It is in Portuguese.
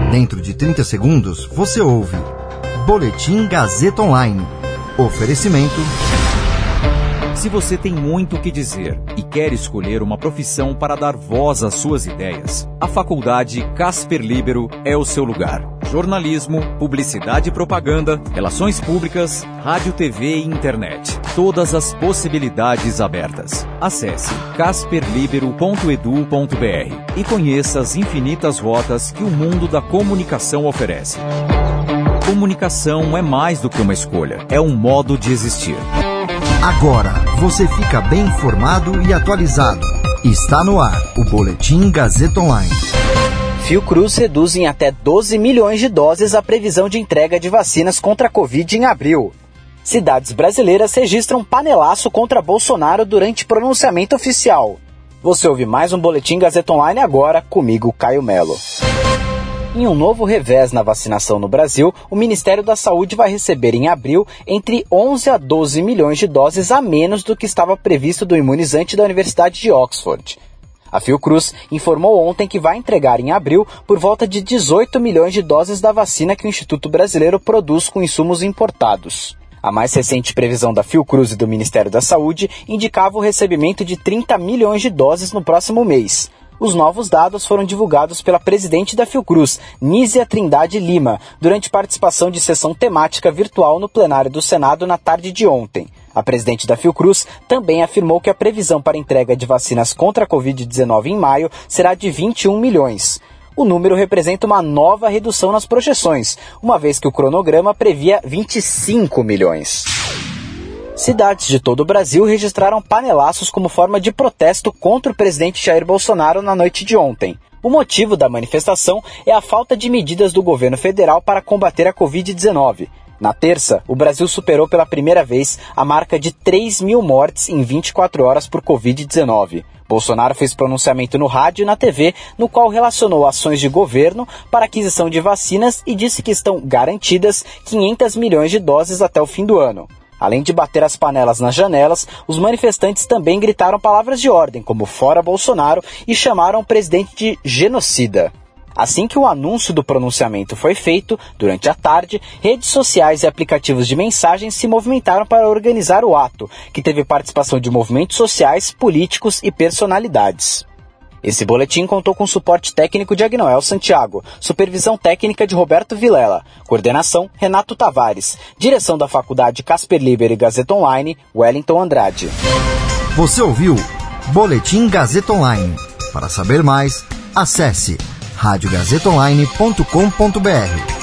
Dentro de 30 segundos, você ouve Boletim Gazeta Online. Oferecimento... Se você tem muito o que dizer e quer escolher uma profissão para dar voz às suas ideias, a Faculdade Casper Líbero é o seu lugar. Jornalismo, publicidade e propaganda, relações públicas, rádio, TV e internet. Todas as possibilidades abertas. Acesse casperlibero.edu.br e conheça as infinitas rotas que o mundo da comunicação oferece. Comunicação é mais do que uma escolha, é um modo de existir. Agora você fica bem informado e atualizado. Está no ar o Boletim Gazeta Online. Fiocruz reduz em até 12 milhões de doses a previsão de entrega de vacinas contra a Covid em abril. Cidades brasileiras registram panelaço contra Bolsonaro durante pronunciamento oficial. Você ouve mais um Boletim Gazeta Online agora, comigo, Caio Melo. Em um novo revés na vacinação no Brasil, o Ministério da Saúde vai receber em abril entre 11 a 12 milhões de doses a menos do que estava previsto do imunizante da Universidade de Oxford. A Fiocruz informou ontem que vai entregar em abril por volta de 18 milhões de doses da vacina que o Instituto Brasileiro produz com insumos importados. A mais recente previsão da Fiocruz e do Ministério da Saúde indicava o recebimento de 30 milhões de doses no próximo mês. Os novos dados foram divulgados pela presidente da Fiocruz, Nízia Trindade Lima, durante participação de sessão temática virtual no plenário do Senado na tarde de ontem. A presidente da Fiocruz também afirmou que a previsão para entrega de vacinas contra a Covid-19 em maio será de 21 milhões. O número representa uma nova redução nas projeções, uma vez que o cronograma previa 25 milhões. Cidades de todo o Brasil registraram panelaços como forma de protesto contra o presidente Jair Bolsonaro na noite de ontem. O motivo da manifestação é a falta de medidas do governo federal para combater a Covid-19. Na terça, o Brasil superou pela primeira vez a marca de 3 mil mortes em 24 horas por Covid-19. Bolsonaro fez pronunciamento no rádio e na TV, no qual relacionou ações de governo para aquisição de vacinas e disse que estão garantidas 500 milhões de doses até o fim do ano. Além de bater as panelas nas janelas, os manifestantes também gritaram palavras de ordem, como "Fora Bolsonaro", e chamaram o presidente de genocida. Assim que o anúncio do pronunciamento foi feito, durante a tarde, redes sociais e aplicativos de mensagens se movimentaram para organizar o ato, que teve participação de movimentos sociais, políticos e personalidades. Esse boletim contou com suporte técnico de Agnoel Santiago, supervisão técnica de Roberto Vilela, coordenação Renato Tavares, direção da Faculdade Casper Líbero e Gazeta Online, Wellington Andrade. Você ouviu Boletim Gazeta Online. Para saber mais, acesse radiogazetaonline.com.br.